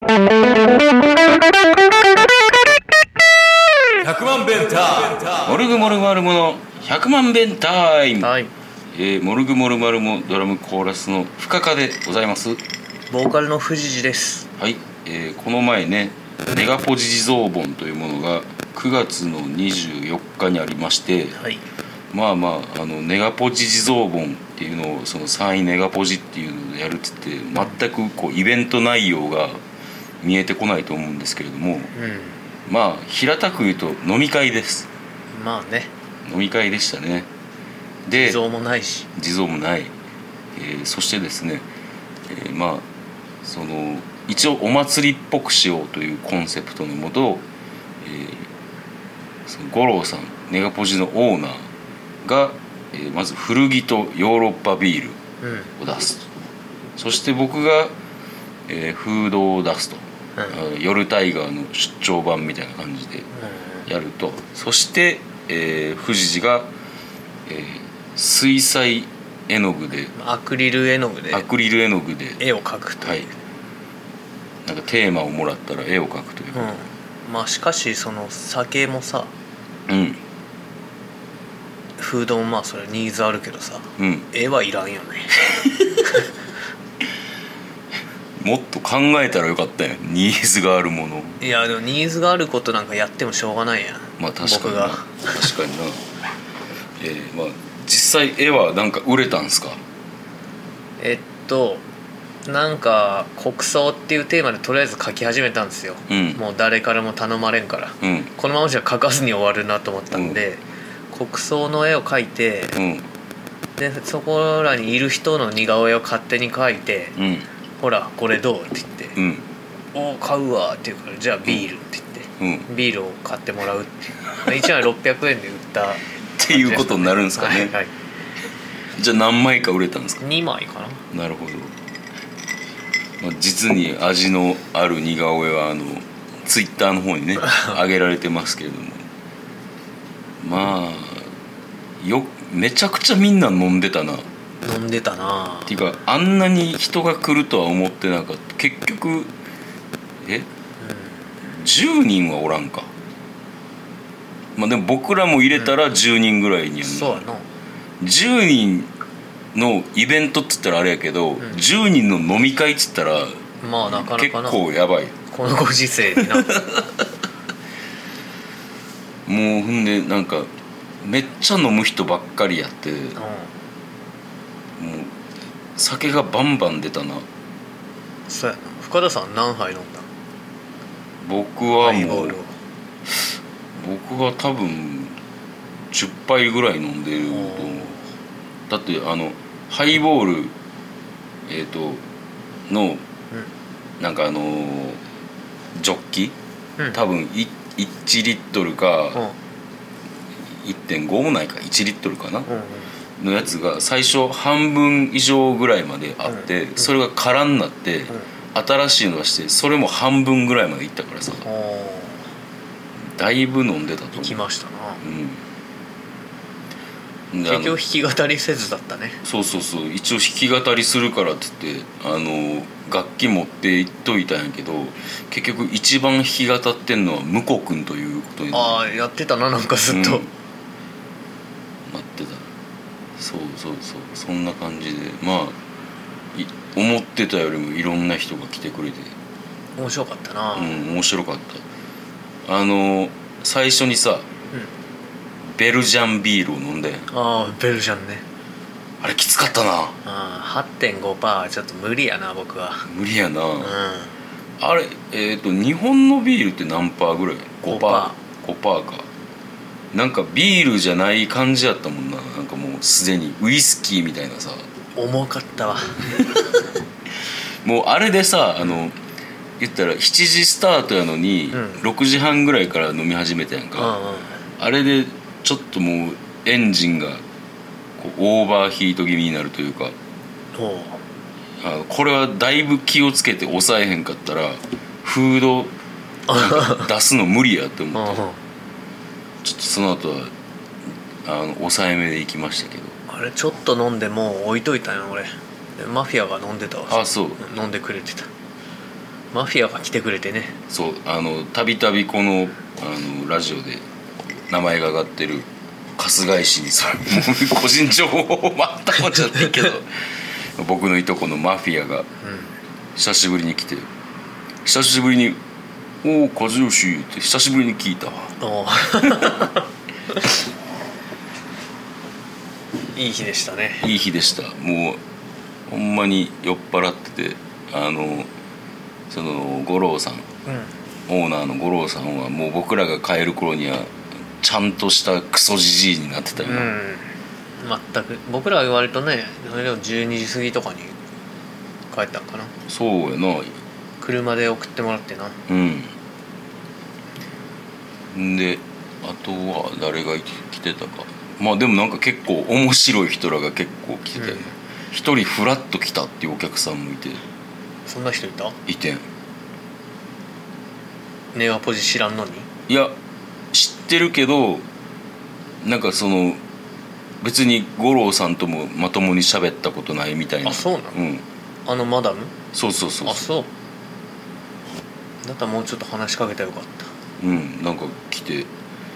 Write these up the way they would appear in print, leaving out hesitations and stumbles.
100万弁タイム。モルグモルマルモの100万弁タイム。 はい。 モルグモルマルモドラムコーラスの深川でございます。 ボーカルの藤次です。 はい、この前ねネガポジ地蔵盆というものが9月の24日にありまして、 はい。 ネガポジ地蔵盆っていうのをその3位ネガポジっていうのでやるって言って全くこうイベント内容が見えてこないと思うんですけれども、平たく言うと飲み会です。 まあね。 飲み会でしたね。で、 地蔵もないし。 地蔵もない。そしてですね、その一応お祭りっぽくしようというコンセプトのもと、その五郎さんネガポジのオーナーが、まず古着とヨーロッパビールを出すと、そして僕が、フードを出すと、夜タイガーの出張版みたいな感じでやると、そして、藤次が、水彩絵の具でアクリル絵の具で絵を描くという、 はい、なんかテーマをもらったら絵を描くという、 しかしその酒もさ、フードもそれニーズあるけどさ、絵はいらんよね。 もっと考えたらよかったよ、ニーズがあるもの。 いやでもニーズがあることなんかやってもしょうがないやん。 確かに僕が確かにな。実際絵はなんか売れたんすか？ なんか国葬っていうテーマでとりあえず描き始めたんですよ、もう誰からも頼まれんから、このままじゃ描かずに終わるなと思ったんで、国葬の絵を描いて、でそこらにいる人の似顔絵を勝手に描いて、ほらこれどうって言って、お買うわって言うから、じゃあビールって言って、ビールを買ってもらうっていう、1枚600円で売ったっていうことになるんですかね。 はい、 じゃあ何枚か売れたんですか ？2枚かな。 なるほど。実に味のある似顔絵はツイッターの方にね上げられてますけれども、めちゃくちゃみんな飲んでたな。っていうかあんなに人が来るとは思ってなかった。結局10人はおらんか。でも僕らも入れたら10人ぐらいにはそうやな。 10人のイベントっつったらあれやけど、10人の飲み会っつったらなかなかな結構やばい。 このご時世にな。 もうほんでなんかめっちゃ飲む人ばっかりやって、もう酒がバンバン出たな。 そうやな。深田さん何杯飲んだ？ 僕は多分10杯ぐらい飲んでると思う。だってハイボールのなんかジョッキ、多分1リットルか 1.5 もないか1リットルかな、のやつが最初半分以上ぐらいまであって、それが空になって、新しいの出してそれも半分ぐらいまでいったからさ、だいぶ飲んでたと思う。 行きましたな。 結局弾き語りせずだったね。 そう一応弾き語りするからって言って楽器持って行っといたんやけど、結局一番弾き語ってんのは向こくんということにやってたな、なんかずっと、 なってた。そうそんな感じで思ってたよりもいろんな人が来てくれて面白かったな。 面白かった。最初にさ、ベルジャンビールを飲んで。 ベルジャンね。 あれきつかったな。 8.5% はちょっと無理やな、僕は。 無理やな。あれ日本のビールって何パーぐらい？5%か。なんかビールじゃない感じやったもんな。なんかもうすでにウイスキーみたいなさ。 重かったわ。 もうあれでさ、言ったら7時スタートやのに、6時半ぐらいから飲み始めたやんか、あれでちょっともうエンジンがこうオーバーヒート気味になるというか、これはだいぶ気をつけて抑えへんかったらフード出すの無理やって思ってちょっとその後は抑えめで行きましたけど。 あれちょっと飲んでもう置いといたんよ俺。マフィアが飲んでたわ。 そう飲んでくれてた。 マフィアが来てくれてね。 そうたびたびこのラジオで名前が挙がってる春日井市にもう個人情報を全くもっちゃっていいけど僕のいとこのマフィアが久しぶりに来て、久しぶりに「おお和義」って久しぶりに聞いたわ。 いい日でしたね。 いい日でした。もうほんまに酔っ払ってて、その五郎さん、オーナーの五郎さんはもう僕らが帰る頃にはちゃんとしたクソじじいになってたよな。 全く僕らは割とね、12時過ぎとかに帰ったんかな。 そうやな。 車で送ってもらってな。 であとは誰が来てたか。まあでもなんか結構面白い人らが結構来てたよね。一人フラッと来たっていうお客さんもいて。 そんな人いた？ いてん。 ネガポジ知らんのに？ いや知ってるけど、なんかその別に五郎さんともまともに喋ったことないみたいな。 あ、そうなの？マダム？ そうそうそう。 あ、そう。だったらもうちょっと話しかけたらよかった。 なんか来て、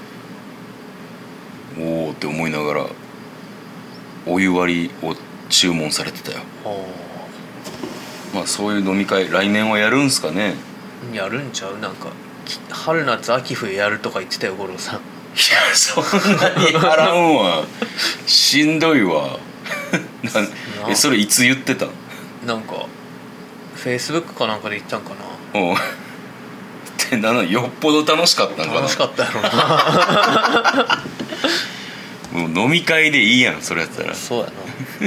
おおって思いながらお湯割りを注文されてたよ。まあそういう飲み会来年はやるんすかね。 やるんちゃう？なんか春夏秋冬やるとか言ってたよ、五郎さん。いや、 そんなにやらんわ。しんどいわ。それいつ言ってたん？ なんかフェイスブックかなんかで言ったんかな。 ってよっぽど楽しかったんかな。 楽しかったやろな。 もう飲み会でいいやん、それやったら。 そうやな。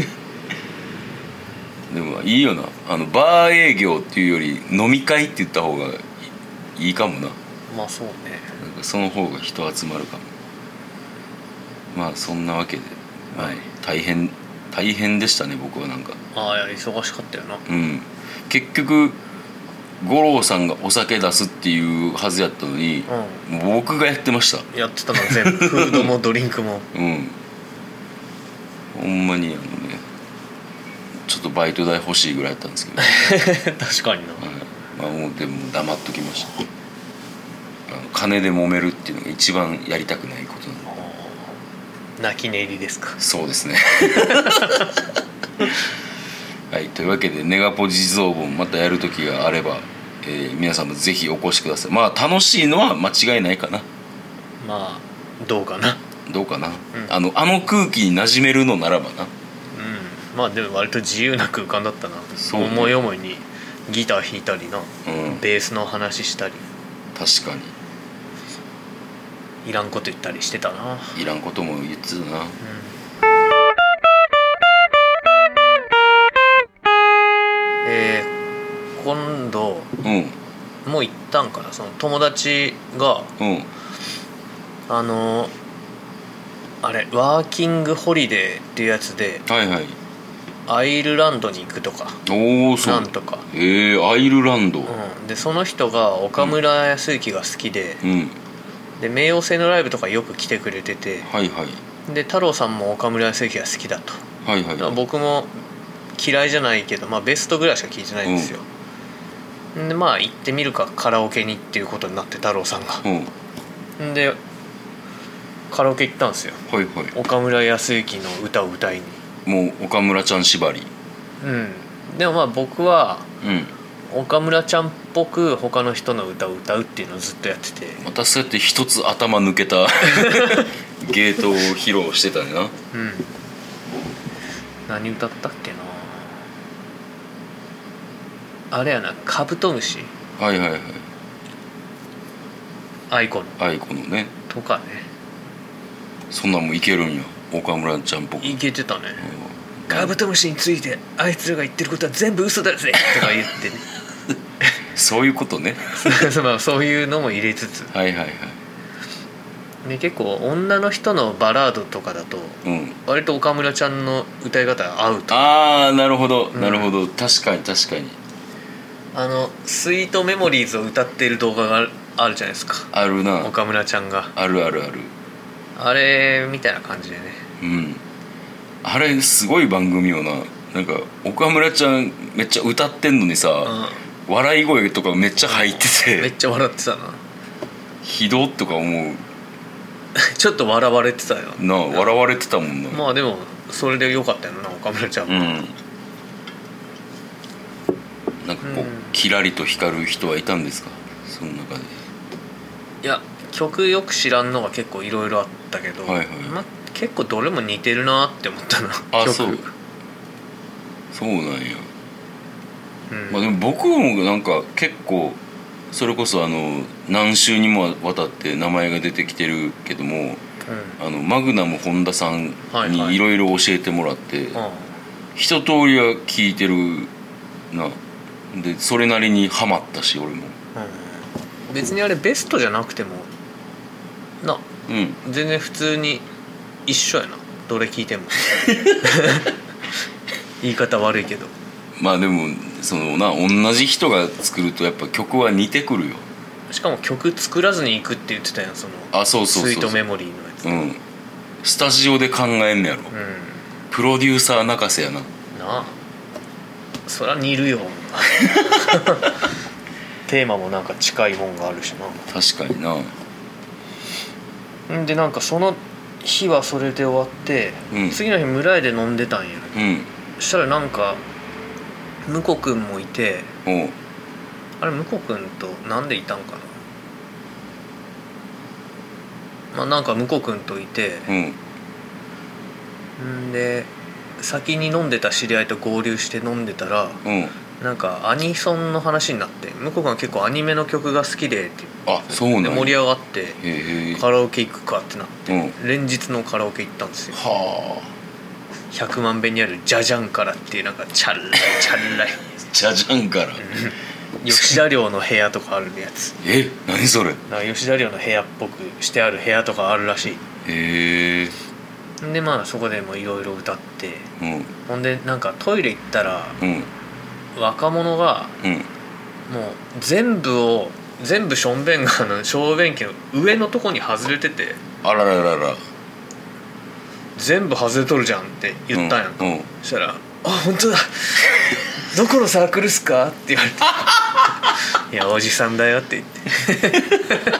でもいいよな、バー営業っていうより飲み会って言った方がいいかもな。 まあそうね。 なんかその方が人集まるかも。まあそんなわけで、はい、大変でしたね、僕は。なんかいや忙しかったよな。 結局五郎さんがお酒出すっていうはずやったのに、僕がやってました。 やってたの全部。フードもドリンクも。 ほんまにちょっとバイト代欲しいぐらいやったんですけど。 確かにな。 まあもうでも黙っときました。金で揉めるっていうのが一番やりたくないことなの。 泣き寝入りですか？ そうですね。はい、というわけでネガポジ地蔵盆またやる時があれば、皆さんもぜひお越しください。まあ楽しいのは間違いないかな。 まあどうかな、 あの空気に馴染めるのならばな。 まあでも割と自由な空間だったな。そう思い思いにギター弾いたりな、ベースの話したり。 確かにいらんこと言ったりしてたな。 いらんことも言ってたな。 今度、もう行ったんかな、その友達が、あれワーキングホリデーっていうやつで、アイルランドに行くとか。なんとか。 アイルランド。 でその人が岡村康之が好きで、で冥王星のライブとかよく来てくれてて、で太郎さんも岡村康之が好きだと。だから僕も嫌いじゃないけど、まあベストぐらいしか聞いてないんですよ。でまあ行ってみるかカラオケにっていうことになって、太郎さんが。でカラオケ行ったんですよ。岡村康之の歌を歌いに。 もう岡村ちゃん縛り。 でもまあ僕は、岡村ちゃんっぽく他の人の歌を歌うっていうのをずっとやってて。 またそうやって一つ頭抜けたゲートを披露してたねな。 何歌ったっけな。あれやな、カブトムシ。アイコのねとかね。 そんなんもいけるんや、岡村ちゃんっぽく。 いけてたね。カブトムシについてあいつらが言ってることは全部嘘だぜとか言ってね。 そういうことね。 まあそういうのも入れつつ、ね、結構女の人のバラードとかだと、割と岡村ちゃんの歌い方が合うと。 なるほどなるほど、確かにスイートメモリーズを歌ってる動画があるじゃないですか。 あるな。 岡村ちゃんが。 あるあれみたいな感じでね。 あれすごい番組よな。なんか岡村ちゃんめっちゃ歌ってんのにさ、 笑い声とかめっちゃ入っててめっちゃ笑ってたな。 ひどとか思うちょっと笑われてたよな。笑われてたもんな。 まあでもそれでよかったよな岡村ちゃんも。 なんかこう、キラリと光る人はいたんですか、その中で。 いや曲よく知らんのが結構いろいろあったけど、まあ、結構どれも似てるなって思ったな。曲そうなんや。まあでも僕もなんか結構それこそ何週にもわたって名前が出てきてるけども、マグナム本田さんにいろいろ教えてもらって、一通りは聞いてるな。でそれなりにハマったし俺も、 別にあれベストじゃなくてもな、全然普通に一緒やな、どれ聞いても言い方悪いけど。 まあでもそのな、同じ人が作るとやっぱ曲は似てくるよ。 しかも曲作らずに行くって言ってたやん、そのスイートメモリーのやつ。スタジオで考えんねやろ、プロデューサー泣かせやな。なあ、そりゃ似るよテーマもなんか近いもんがあるしな。 確かにな。 でなんかその日はそれで終わって、次の日村井で飲んでたんや、そしたらなんか向こくんもいて、あれ向こくんとなんでいたんかな、まあなんか向こくんといて、で先に飲んでた知り合いと合流して飲んでたら、なんかアニソンの話になって、向こうが結構アニメの曲が好きでって言って、 そうなんや。 盛り上がってカラオケ行くかってなって、連日のカラオケ行ったんですよ。100万遍にあるジャジャンカラっていうなんかチャッライチャッライジャジャンカラ吉田寮の部屋とかあるやつ。 何それ。 吉田寮の部屋っぽくしてある部屋とかあるらしい。でまあそこでもいろいろ歌って、ほんでなんかトイレ行ったら、若者が、もう全部しょんべんが小便器の上のとこに外れてて、 あらららら、 全部外れとるじゃんって言ったんやんか。そしたら「あ、本当だどこのサークルっすか?」って言われて「いやおじさんだよ」って言って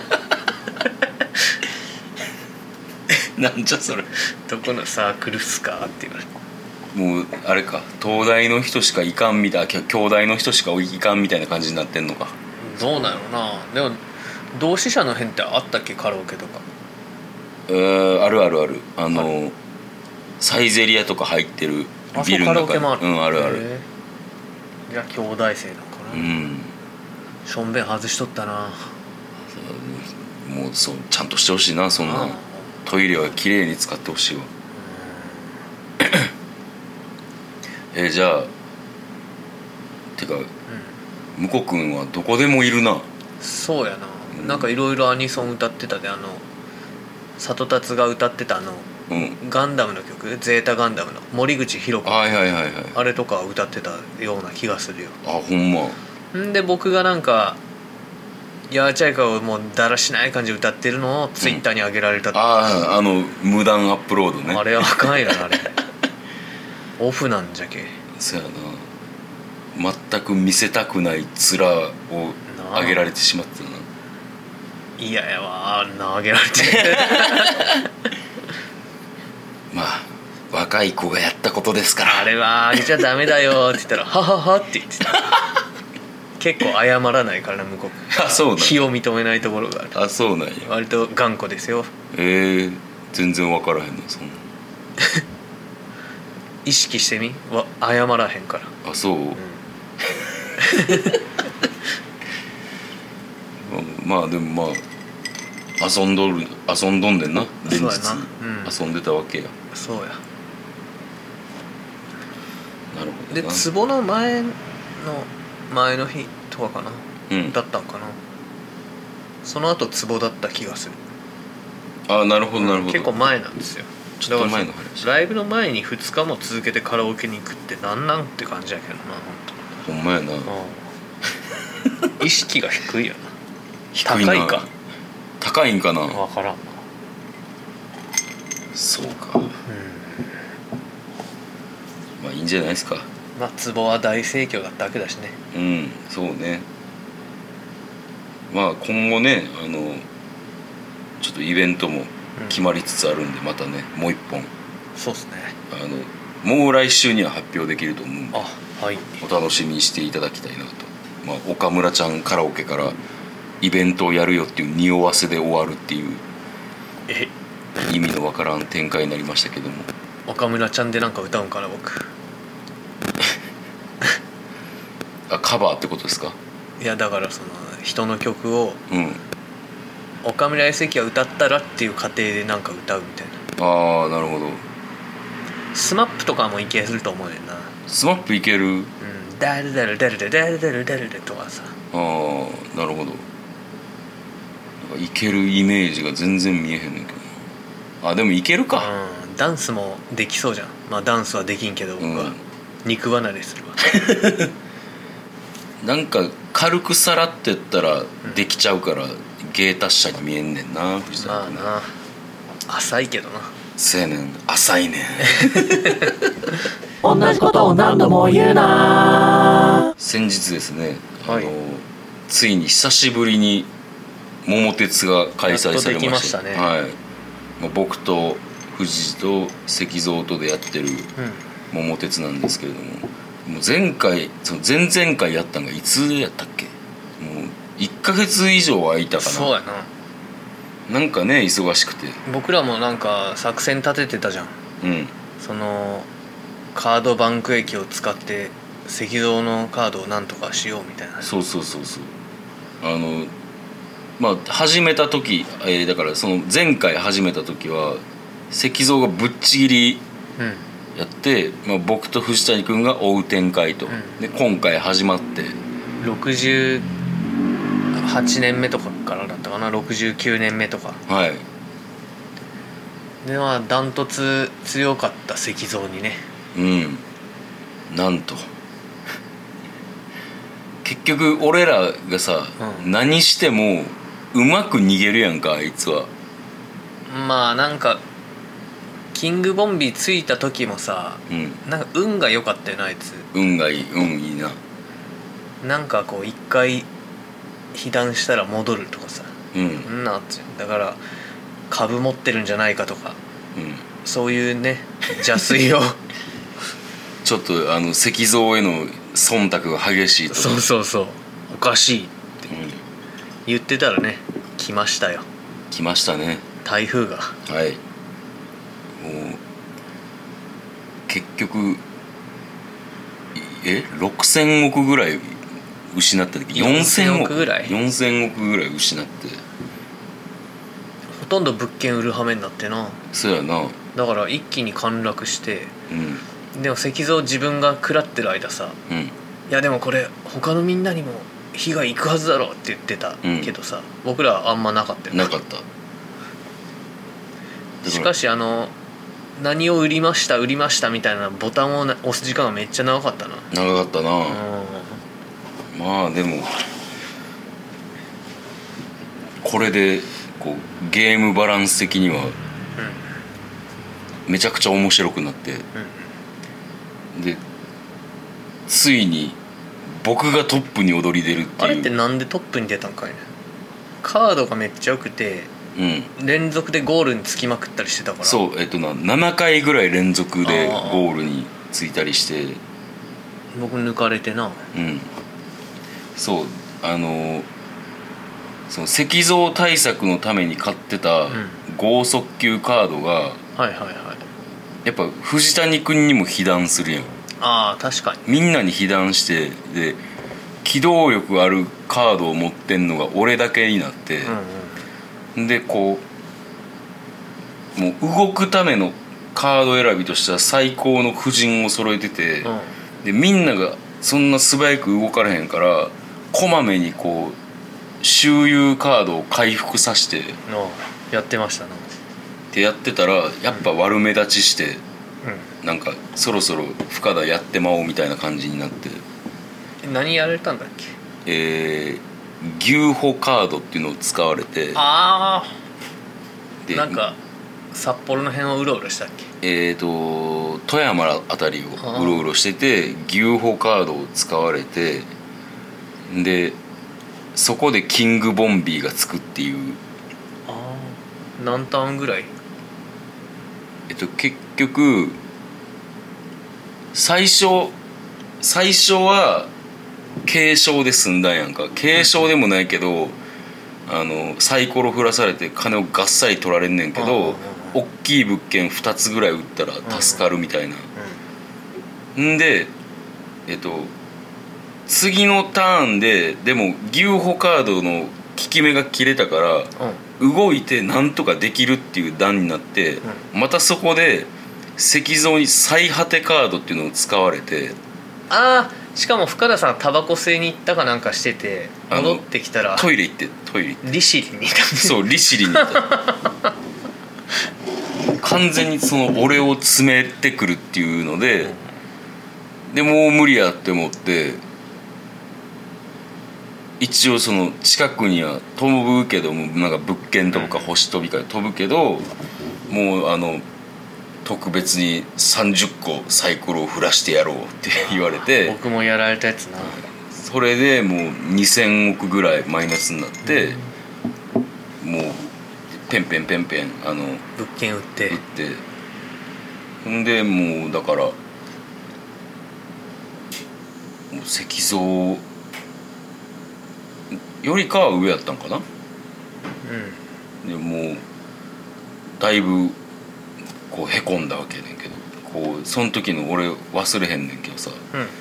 なんじゃそれ。 どこのサークルっすかって言われて、 もうあれか、東大の人しか行かんみたいな、京大の人しか行かんみたいな感じになってんのか。 どうなのな。でも同志社の辺ってあったっけ、カラオケとか。 あるあるある。サイゼリヤとか入ってるビルの中に。 カラオケもある。 あるある。 いや京大生だから、しょんべん外しとったな。 もうそうちゃんとしてほしいな、そんな。トイレはきれいに使ってほしいわ。じゃあてか、向こうくんはどこでもいるな。 そうやな、なんかいろいろアニソン歌ってたで、里達が歌ってたガンダムの曲、ゼータガンダムの森口博子、あれとか歌ってたような気がするよ。 ほんま。 んで僕がなんかヤーチャイカをもうだらしない感じで歌ってるのをツイッターに上げられたって、 無断アップロードね。 あれはあかんやなあれオフなんじゃけ。 そうやな、全く見せたくない面を上げられてしまってたな。 嫌やわ、あんな上げられてまあ若い子がやったことですから。 あれはあげちゃダメだよって言ったらはははって言ってた結構謝らないからな向こう。 そうなん。 非を認めないところがある。 そうなんや。 割と頑固ですよ。 全然分からへんのそんな意識してみ、謝らへんから。 そう、まあでもまあ遊んどんでんな、連日遊んでたわけや。 そうや。 なるほど。 で壺の前の日とかかな、だったんかな。その後壺だった気がする。 なるほどなるほど、 結構前なんですよ。 ちょっと前の話。 ライブの前に2日も続けてカラオケに行くってなんなんって感じやけどな。 ほんまやな意識が低いよな。 低いな。高いんかな。 分からんな。 そうか、まあいいんじゃないですか。 まあ壺は大盛況だったわけだしね。 そうね。まあ今後ねちょっとイベントも決まりつつあるんで、またねもう一本そうっすね。 もう来週には発表できると思うんで、 はい、 お楽しみにしていただきたいなと。岡村ちゃんカラオケからイベントをやるよっていう匂わせで終わるっていう意味のわからん展開になりましたけども、 岡村ちゃんでなんか歌うんかな僕カバーってことですか？ いやだからその人の曲を、岡村康之が歌ったらっていう過程でなんか歌うみたいな。 ああなるほど。 スマップとかもいけると思うよな。 スマップいける？ ダルダルダルダルダルダルダルとかさ。 ああなるほど。いけるイメージが全然見えへんねんけど。でもいけるか。 ダンスもできそうじゃん。まあダンスはできんけど僕は、肉離れするわなんか軽くさらってったらできちゃうから、芸達者に見えんねんな藤田君。 まあな、浅いけどな。 そうやねん、浅いねん同じことを何度も言うな。 先日ですね、ついに久しぶりに桃鉄が開催されました。 ね、 僕と藤と石像とでやってる桃鉄なんですけれども、もう前回前々回やったんがいつやったっけ？もう1ヶ月以上空いたかな。 そうやな。 なんかね忙しくて僕らもなんか作戦立ててたじゃん。そのカードバンク駅を使って石像のカードをなんとかしようみたいな。 そう始めた時、だからその前回始めた時は石像がぶっちぎりやって、僕と藤谷君が追う展開と、で今回始まって 68年目とかからだったかな。69年目とかでダントツ強かった石像にね。 なんと結局俺らがさ、何してもうまく逃げるやんかあいつは。 なんかキングボンビーついた時もさ、なんか運が良かったよなあいつ。 運がいい、いいな。 なんかこう一回被弾したら戻るとかさ、だから株持ってるんじゃないかとか、そういうね邪推をちょっと石像への忖度が激しいとか。 そうおかしいって言ってたらね、来ましたよ。 来ましたね、 台風が。 もう結局6000億ぐらい失った時、4000億ぐらい4000億ぐらい失って、 ほとんど物件売る羽目になってな。 そうやな。 だから一気に陥落して、でも石像自分が食らってる間さ、いやでもこれ他のみんなにも被害いくはずだろうって言ってたけどさ、僕らはあんまなかったよ。 なかった。 しかし何を売りましたみたいなボタンを押す時間がめっちゃ長かったな。 長かったな。でもこれでこうゲームバランス的にはめちゃくちゃ面白くなって、でついに僕がトップに躍り出るっていう。 あれってなんでトップに出たんかいね。カードがめっちゃ良くて、連続でゴールにつきまくったりしてたから。 そう7回ぐらい連続でゴールについたりして、 僕抜かれてな。 そうその石像対策のために買ってた剛速球カードが、やっぱ藤谷君にも被弾するやん。 確かにみんなに被弾して、で機動力あるカードを持ってんのが俺だけになって、でこうもう動くためのカード選びとしては最高の布陣を揃えてて、でみんながそんな素早く動かれへんからこまめにこう周遊カードを回復させてやってましたな。 ってやってたらやっぱ悪目立ちして、なんかそろそろ深田やってまおうみたいな感じになって。 何やられたんだっけ？ 牛歩カードっていうのを使われて、 でなんか札幌の辺をうろうろしたっけ？ 富山あたりをうろうろしてて、牛歩カードを使われて、でそこでキングボンビーがつくっていう。 何ターンぐらい？ 結局最初は軽傷で済んだんやんか。軽傷でもないけど、サイコロ振らされて金をがっさり取られんねんけど、大きい物件2つぐらい売ったら助かるみたいな。んで次のターンででも牛歩カードの効き目が切れたから、動いてなんとかできるっていう段になって、またそこで石像に最果てカードっていうのを使われて、 しかも深田さんタバコ吸いに行ったかなんかしてて、戻ってきたらトイレ行って利尻にいた。 そう利尻にいた完全にその俺を詰めてくるっていうので、でもう無理やって思って、一応その近くには飛ぶけども、なんか物件とか星飛びから飛ぶけど、もう特別に30個サイコロを振らしてやろうって言われて、 僕もやられたやつな。 それでもう2000億ぐらいマイナスになって、もうペンペン物件売ってんで、もうだからもう石像よりかは上やったんかな。でもうだいぶこうへこんだわけやねんけど、こうその時の俺忘れへんねんけどさ、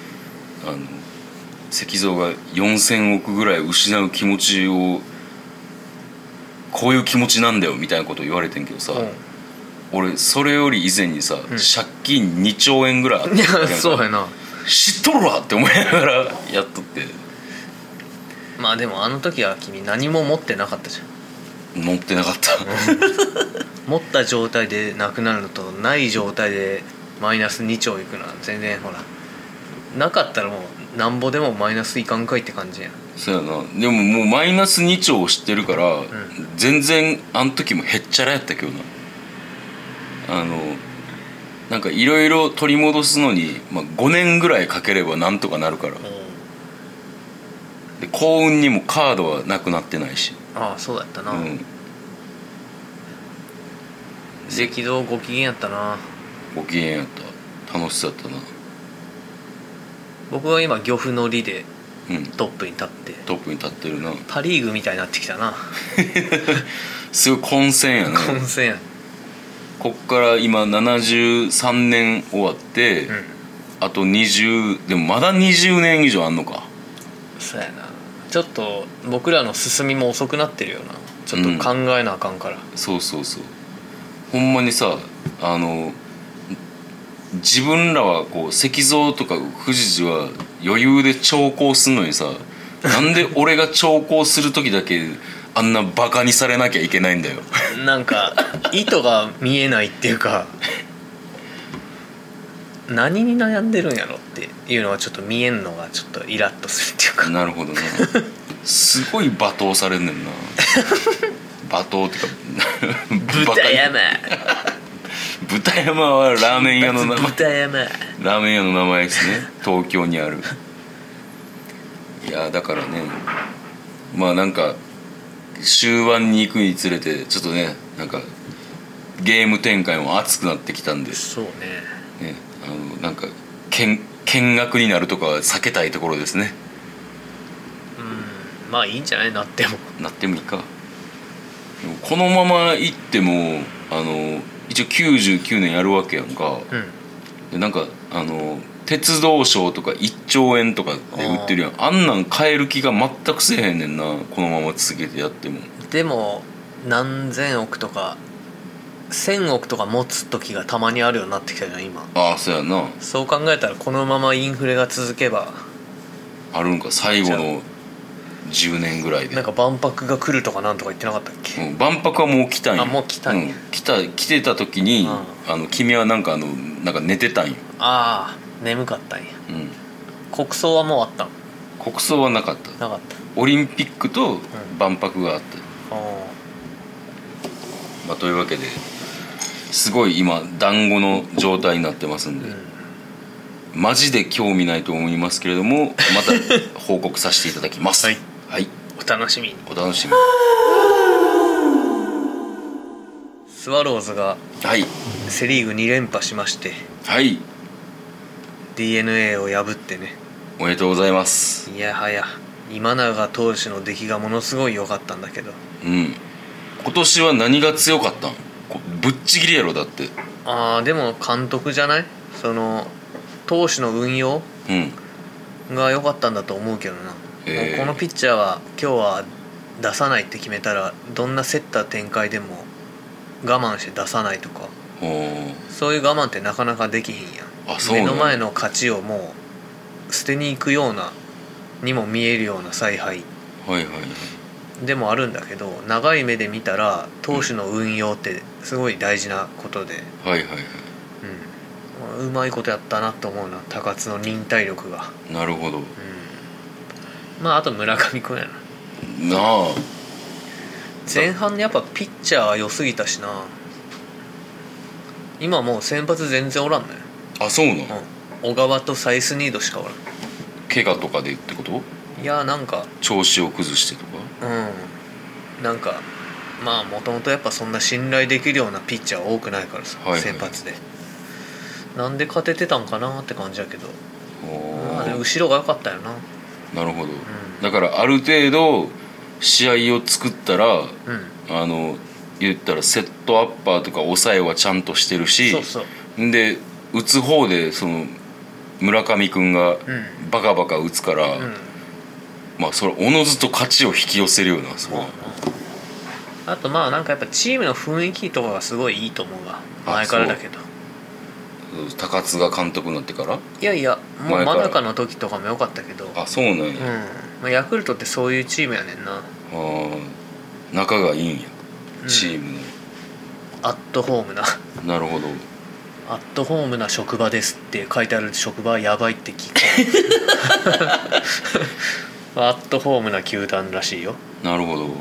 石像が4000億ぐらい失う気持ちを、こういう気持ちなんだよみたいなこと言われてんけどさ、俺それより以前にさ、借金2兆円ぐらいあったんやんか。 そうやな。 知っとるわって思いながらやっとって。 まあでもあの時は君何も持ってなかったじゃん。 持ってなかった持った状態でなくなるのとない状態でマイナス2兆いくのは全然ほら、なかったらもうなんぼでもマイナスいかんかいって感じやん。 そうやな。でももうマイナス2兆を知ってるから、全然あの時もへっちゃらやったけどな。なんかいろいろ取り戻すのに、5年ぐらいかければなんとかなるから。で幸運にもカードはなくなってないし。 そうだったな。赤道ご機嫌やったな。 ご機嫌やった。楽しそうやったな。 僕は今漁夫の利でトップに立って、 トップに立ってるな。 パリーグみたいになってきたなすごい混戦やね。 混戦や。 こっから今73年終わって、あと20、でもまだ20年以上あんのか。 そうやな。ちょっと僕らの進みも遅くなってるよな。ちょっと考えなあかんから、 そうほんまにさ、自分らはこう石像とか富士寺は余裕で長考すんのにさ、なんで俺が長考する時だけあんなバカにされなきゃいけないんだよなんか意図が見えないっていうか何に悩んでるんやろっていうのはちょっと見えんのがちょっとイラッとするっていうか。 なるほどねすごい罵倒されんねんな罵倒っていうか豚山豚山はラーメン屋の名前。 豚山ラーメン屋の名前ですね。東京にある。いやだからね、なんか終盤に行くにつれてちょっとね、なんかゲーム展開も熱くなってきたんで、 そうね。 なんか見学になるとかは避けたいところですね。 まあいいんじゃない。なってもいいか。でもこのまま行っても一応99年やるわけやんか、でなんか鉄道賞とか1兆円とかで売ってるやん。あんなん買える気が全くせえへんねんな、このまま続けてやっても。 でも何千億とか1000億とか持つ時がたまにあるようになってきたじゃん今。 そうやな。 そう考えたらこのままインフレが続けばあるんか、最後の10年ぐらいで。 なんか万博が来るとかなんとか言ってなかったっけ。 万博はもう来たんよ。 もう来たんや。 来てた時に、君はなんか寝てたんよ。 眠かったんや。国葬はもうあったの。 国葬はなかった。オリンピックと万博があった。というわけですごい今団子の状態になってますんで、マジで興味ないと思いますけれども、また報告させていただきます。 はい、はい、お楽しみに。 お楽しみに。 スワローズがセリーグ2連覇しまして、 はい、 DNA を破ってね、 おめでとうございます。 いやはや今永投手の出来がものすごい良かったんだけど、 今年は何が強かったん？ぶっちぎりやろ。だってでも監督じゃない？その投手の運用が良かったんだと思うけどな。このピッチャーは今日は出さないって決めたら、どんな競った展開でも我慢して出さないとか、そういう我慢ってなかなかできひんやん。目の前の勝ちをもう捨てに行くようなにも見えるような采配でもあるんだけど、長い目で見たら投手の運用ってすごい大事なことで、うまいことやったなと思うな、高津の忍耐力が。 なるほど、 まああと村上君やな。前半やっぱピッチャー良すぎたしな。今もう先発全然おらんね。 そうなの？ 小川とサイスニードしかおらん。 怪我とかでってこと？ いや、なんか調子を崩してとか。 なんかまあもともとやっぱそんな信頼できるようなピッチャー多くないからさ、先発でなんで勝ててたんかなって感じやけど、後ろが良かったよな。 なるほど、だからある程度試合を作ったら、言ったらセットアッパーとか抑えはちゃんとしてるし、で打つ方でその村上君がバカバカ打つから、まあそれおのずと勝ちを引き寄せるような。 あとまあなんかやっぱチームの雰囲気とかがすごいいいと思うわ。前からだけど。 高津が監督になってから？ いやいや、もう真中の時とかも良かったけど。 そうなんや。 ヤクルトってそういうチームやねんな。 仲がいいんや、チームの。 アットホームな。 なるほど。 アットホームな職場ですって書いてある職場はやばいって聞く。アットホームな球団らしいよ。 なるほど、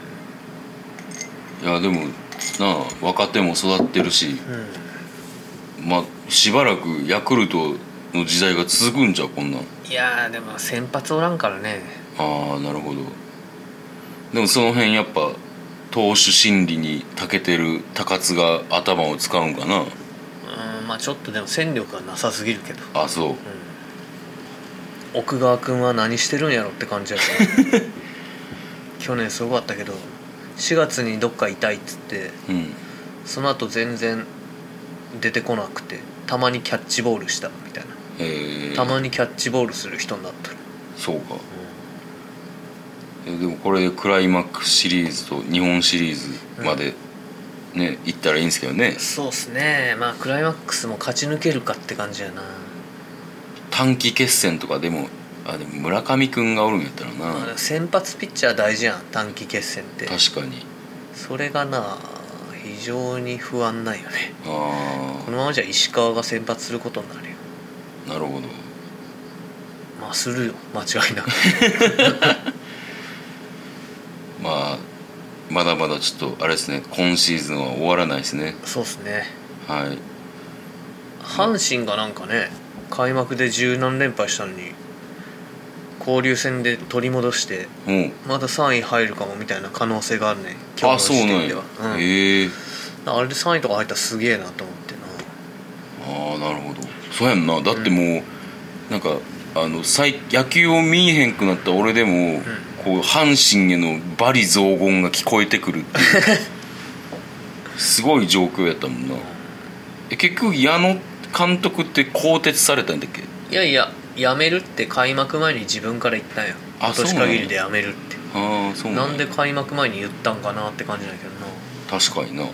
いやでも若手も育ってるし、まあしばらくヤクルトの時代が続くんじゃこんなん。 いやでも先発おらんからね。 なるほど。でもその辺やっぱ投手心理に長けてる高津が頭を使うんかな。 まあちょっとでも戦力がなさすぎるけど。 そう、 奥川君は何してるんやろって感じやった去年すごかったけど、4月にどっか痛いっつって、その後全然出てこなくて、たまにキャッチボールしたみたいな。たまにキャッチボールする人になったる。 そうか、でもこれでクライマックスシリーズと日本シリーズまでね、行ったらいいんですけどね。 そうっすね。まあクライマックスも勝ち抜けるかって感じやな。 短期決戦とかでもでも村上君がおるんやったらな、 先発ピッチャー大事やん、短期決戦って。 確かに。 それがな非常に不安ないよね。このままじゃ石川が先発することになるよ。 なるほど。 まあするよ、間違いなくまだまだちょっとあれですね、今シーズンは終わらないですね。 そうですね。 阪神がなんかね、開幕で十何連敗したのに交流戦で取り戻して、また3位入るかもみたいな可能性があるね、今日の時点では。あれで3位とか入ったらすげえなと思ってな。なるほど。そうやんな。だってもう、なんか野球を見えへんくなった俺でも、こう阪神への罵詈雑言が聞こえてくるっていうすごい状況やったもんな。結局矢野監督って更迭されたんだっけ？ いやいや、辞めるって開幕前に自分から言ったんよ。今年限りで辞めるって。 そうなんで開幕前に言ったんかなって感じだけどな。 確かにな、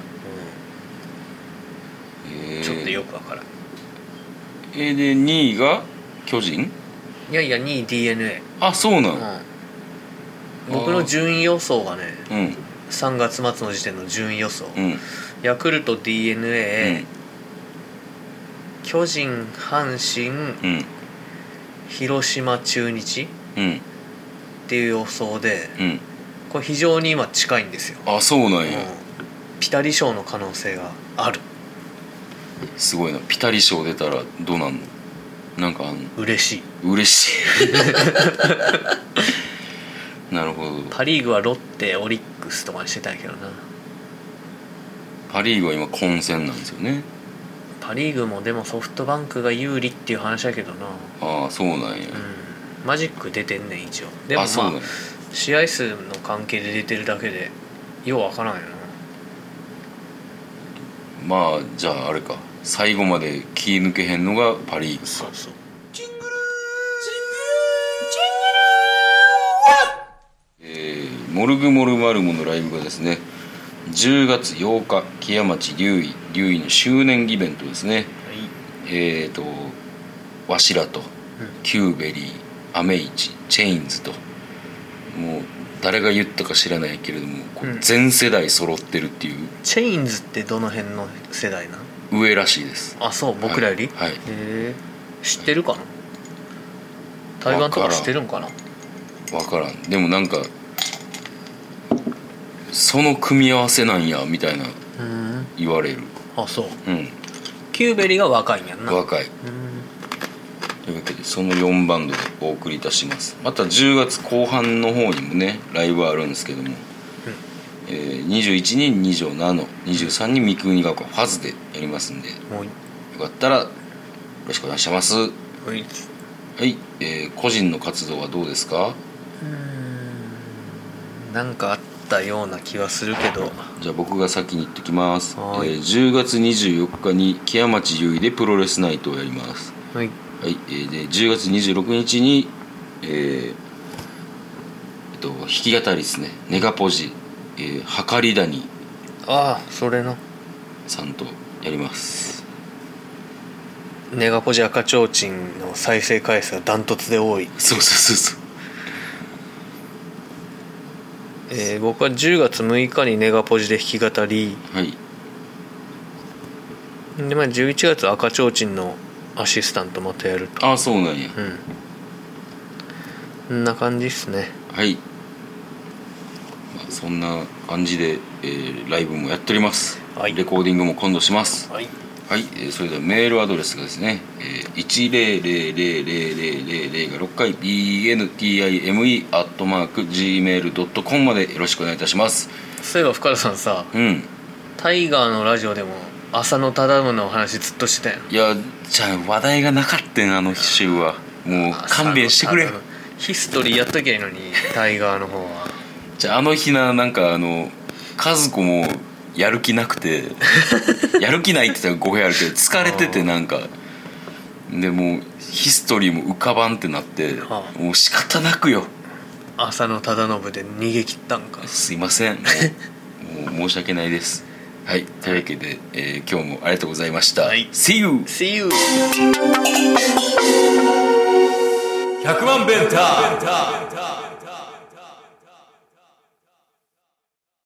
ちょっとよくわからん。 で2位が巨人？ いやいや、2位 DNA。 そうなん、 僕の順位予想がね、3月末の時点の順位予想、ヤクルト DNA、巨人阪神、広島中日、っていう予想で、これ非常に今近いんですよ。 そうなんや。 ピタリ賞の可能性がある。 すごいな。ピタリ賞出たらどうなんの？なんか嬉しいなるほど。 パ・リーグはロッテオリックスとかにしてたんやけどな。 パ・リーグは今混戦なんですよね。 パ・リーグもでもソフトバンクが有利っていう話だけどな。 ああそうなんや、 マジック出てんねん一応。でもまあ試合数の関係で出てるだけでようわからんよな。 まあじゃああれか、最後まで気抜けへんのがパ・リーグか。 そうそう。 モルグモルマルモのライブがですね、10月8日木屋町竜医の周年イベントですね、はい、わしらと、キューベリー、アメイチ、チェインズと、もう誰が言ったか知らないけれども、全世代揃ってるっていう。 チェインズってどの辺の世代な？ 上らしいです。 あ、そう、僕らより？ はい、 知ってるかな？台湾とか知ってるんかな？ 分からん。でもなんかその組み合わせなんやみたいな言われる。 あ、そう。キューベリーが若いんやんな。 若い。というわけでその4バンドでお送りいたします。また10月後半の方にもねライブあるんですけども、21に二条ナノ、23に三国学校ファズでやりますんで、よかったらよろしくお願いします。はい、個人の活動はどうですか？ なんかあったような気はするけど。 じゃあ僕が先に言ってきます。10月24日に木屋町優衣でプロレスナイトをやります。はい、はい。で10月26日に弾き語りですね、ネガポジ、はかり谷、 ああそれのさんとやります。 ネガポジ赤ちょうちんの再生回数がダントツで多い。 そう。 僕は10月6日にネガポジで弾き語り、 はい、 でまあ11月赤ちょうちんのアシスタントまたやると。 ああそうなんや。 こんな感じっすね。 はい、まあ、そんな感じで、ライブもやっております、はい、レコーディングも今度します。はい、はい。それではメールアドレスがですね、1000000が6回 bntime@gmail.com までよろしくお願いいたします。 そういえば深田さんさ、タイガーのラジオでも浅野忠信の話ずっとしてたよ。 いやじゃあ話題がなかったん、あの週は。もう勘弁してくれ。 ヒストリーやっときゃいいのにタイガーの方は。 じゃああの日なんか和子もやる気なくてやる気ないって言ったら語弊あるけど疲れてて、なんかでもうヒストリーも浮かばんってなって、もう仕方なくよ浅野忠信で逃げ切ったんか。 すいません、もう申し訳ないです。はい、というわけで、今日もありがとうございました。はい、See you! 100 万ベンター